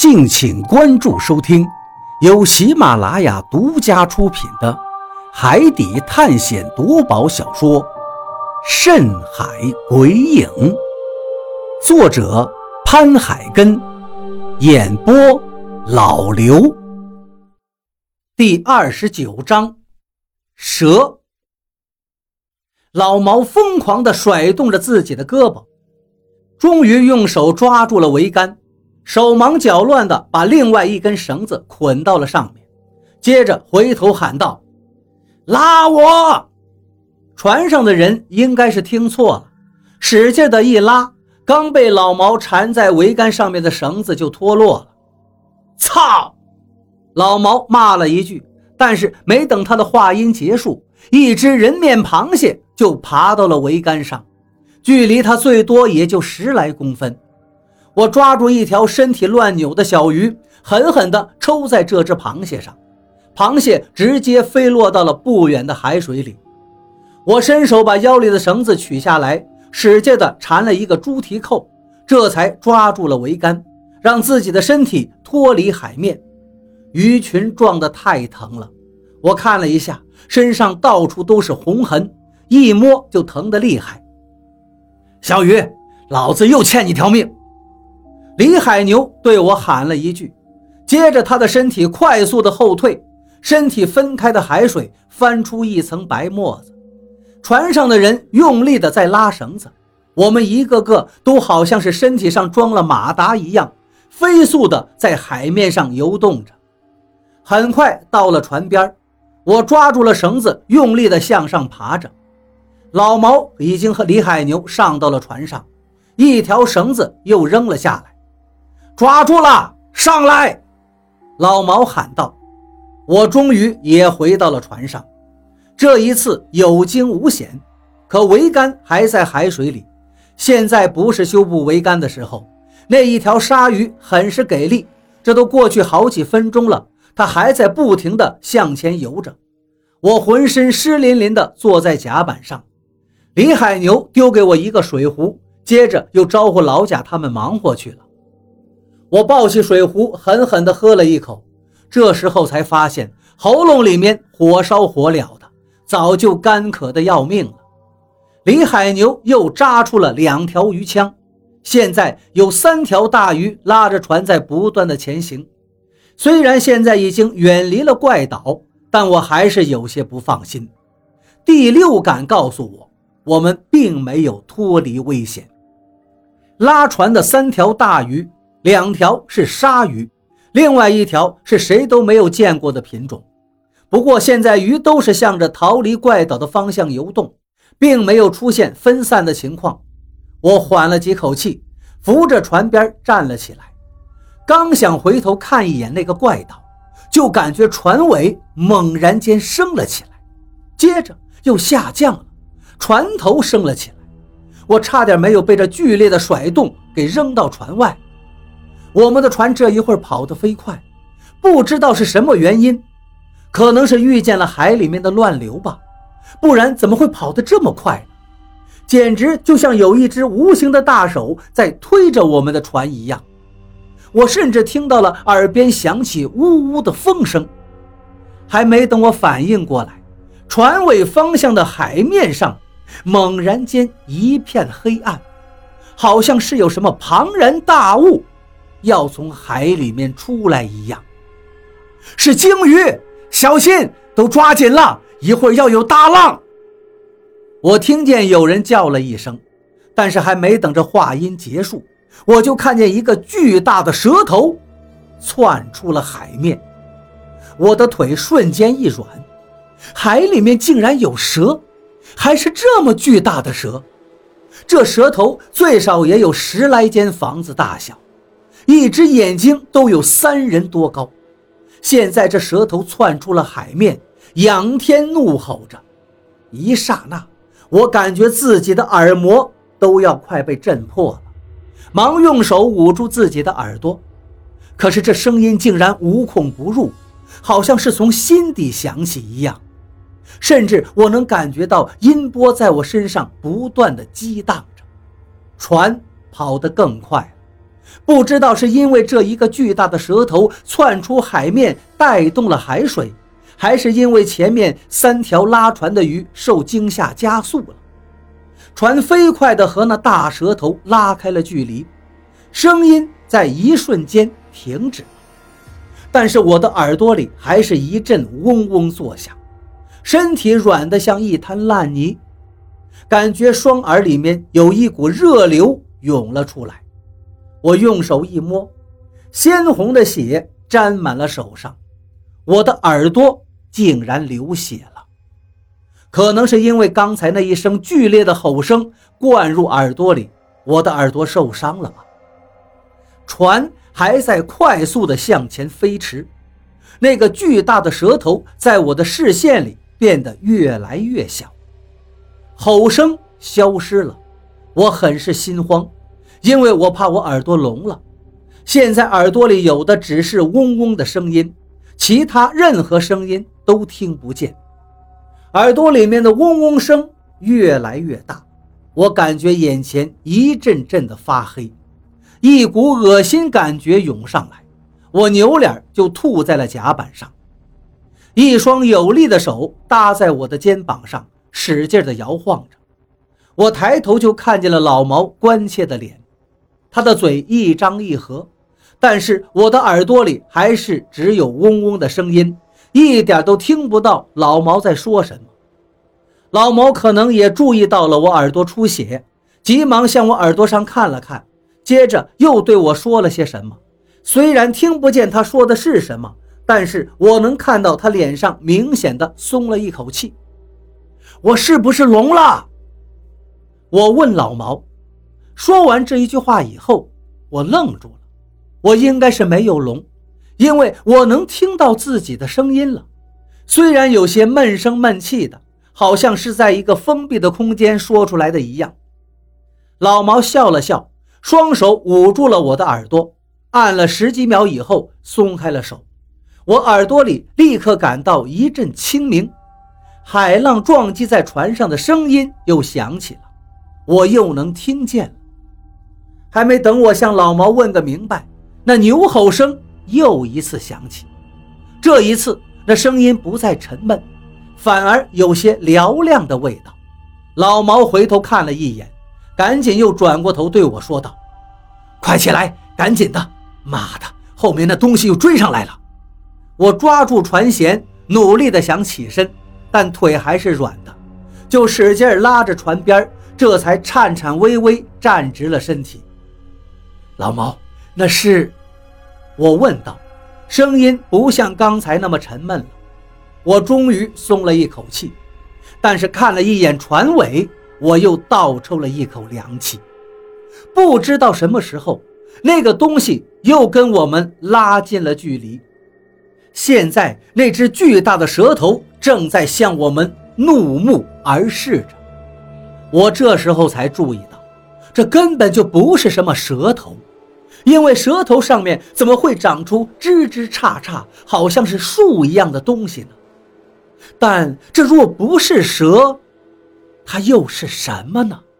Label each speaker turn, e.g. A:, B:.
A: 敬请关注收听，由喜马拉雅独家出品的海底探险夺宝小说《深海鬼影》，作者潘海根，演播老刘。第29章，蛇。老毛疯狂地甩动着自己的胳膊，终于用手抓住了桅杆，手忙脚乱地把另外一根绳子捆到了上面，接着回头喊道：拉我！船上的人应该是听错了，使劲的一拉，刚被老毛缠在桅杆上面的绳子就脱落了。操！老毛骂了一句，但是没等他的话音结束，一只人面螃蟹就爬到了桅杆上，距离他最多也就10来公分。我抓住一条身体乱扭的小鱼，狠狠地抽在这只螃蟹上，螃蟹直接飞落到了不远的海水里。我伸手把腰里的绳子取下来，使劲地缠了一个猪蹄扣，这才抓住了桅杆，让自己的身体脱离海面。鱼群撞得太疼了，我看了一下，身上到处都是红痕，一摸就疼得厉害。小鱼，老子又欠你条命！李海牛对我喊了一句，接着他的身体快速的后退，身体分开的海水翻出一层白沫子。船上的人用力的在拉绳子，我们一个个都好像是身体上装了马达一样，飞速的在海面上游动着。很快到了船边，我抓住了绳子，用力的向上爬着。老毛已经和李海牛上到了船上，一条绳子又扔了下来。抓住了，上来！老毛喊道。我终于也回到了船上，这一次有惊无险，可桅杆还在海水里，现在不是修补桅杆的时候。那一条鲨鱼很是给力，这都过去好几分钟了，它还在不停地向前游着。我浑身湿淋淋地坐在甲板上，李海牛丢给我一个水壶，接着又招呼老贾他们忙活去了。我抱起水壶狠狠地喝了一口，这时候才发现喉咙里面火烧火燎的，早就干渴得要命了。李海牛又扎出了2条鱼枪，现在有3条大鱼拉着船在不断的前行。虽然现在已经远离了怪岛，但我还是有些不放心。第6感告诉我，我们并没有脱离危险。拉船的3条大鱼，2条是鲨鱼，另外1条是谁都没有见过的品种。不过现在鱼都是向着逃离怪岛的方向游动，并没有出现分散的情况。我缓了几口气，扶着船边站了起来，刚想回头看一眼那个怪岛，就感觉船尾猛然间升了起来，接着又下降了，船头升了起来，我差点没有被这剧烈的甩动给扔到船外。我们的船这一会儿跑得飞快，不知道是什么原因，可能是遇见了海里面的乱流吧，不然怎么会跑得这么快呢？简直就像有一只无形的大手在推着我们的船一样。我甚至听到了耳边响起呜呜的风声，还没等我反应过来，船尾方向的海面上猛然间一片黑暗，好像是有什么庞然大物要从海里面出来一样。是鲸鱼，小心，都抓紧了，一会儿要有大浪！我听见有人叫了一声，但是还没等这话音结束，我就看见一个巨大的蛇头窜出了海面。我的腿瞬间一软，海里面竟然有蛇，还是这么巨大的蛇。这蛇头最少也有10来间房子大小，一只眼睛都有3人多高。现在这蛇头窜出了海面，仰天怒吼着。一刹那，我感觉自己的耳膜都要快被震破了，忙用手捂住自己的耳朵。可是这声音竟然无孔不入，好像是从心底响起一样，甚至我能感觉到音波在我身上不断地激荡着。船跑得更快， 不知道是因为这一个巨大的舌头窜出海面带动了海水，还是因为前面3条拉船的鱼受惊吓加速了。船飞快地和那大舌头拉开了距离，声音在一瞬间停止了，但是我的耳朵里还是一阵嗡嗡作响，身体软得像一滩烂泥，感觉双耳里面有一股热流涌了出来。我用手一摸，鲜红的血沾满了手上，我的耳朵竟然流血了。可能是因为刚才那一声剧烈的吼声灌入耳朵里，我的耳朵受伤了吧。船还在快速地向前飞驰，那个巨大的舌头在我的视线里变得越来越小，吼声消失了。我很是心慌，因为我怕我耳朵聋了。现在耳朵里有的只是嗡嗡的声音，其他任何声音都听不见。耳朵里面的嗡嗡声越来越大，我感觉眼前一阵阵的发黑，一股恶心感觉涌上来，我扭脸就吐在了甲板上。一双有力的手搭在我的肩膀上，使劲地摇晃着。我抬头就看见了老毛关切的脸，他的嘴一张一合，但是我的耳朵里还是只有嗡嗡的声音，一点都听不到老毛在说什么。老毛可能也注意到了我耳朵出血，急忙向我耳朵上看了看，接着又对我说了些什么。虽然听不见他说的是什么，但是我能看到他脸上明显的松了一口气。我是不是聋了？我问老毛。说完这一句话以后，我愣住了。我应该是没有聋，因为我能听到自己的声音了，虽然有些闷声闷气的，好像是在一个封闭的空间说出来的一样。老毛笑了笑，双手捂住了我的耳朵，按了10几秒以后松开了手。我耳朵里立刻感到一阵清明，海浪撞击在船上的声音又响起了，我又能听见了。还没等我向老毛问个明白，那牛吼声又一次响起。这一次那声音不再沉闷，反而有些嘹亮的味道。老毛回头看了一眼，赶紧又转过头对我说道：快起来，赶紧的，妈的，后面那东西又追上来了。我抓住船舷，努力的想起身，但腿还是软的，就使劲拉着船边，这才颤颤巍巍站直了身体。老毛，那是……我问道，声音不像刚才那么沉闷了。我终于松了一口气，但是看了一眼船尾，我又倒抽了一口凉气。不知道什么时候，那个东西又跟我们拉近了距离。现在那只巨大的舌头正在向我们怒目而视着。我这时候才注意到，这根本就不是什么舌头，因为舌头上面怎么会长出枝枝杈杈好像是树一样的东西呢？但这若不是蛇，它又是什么呢？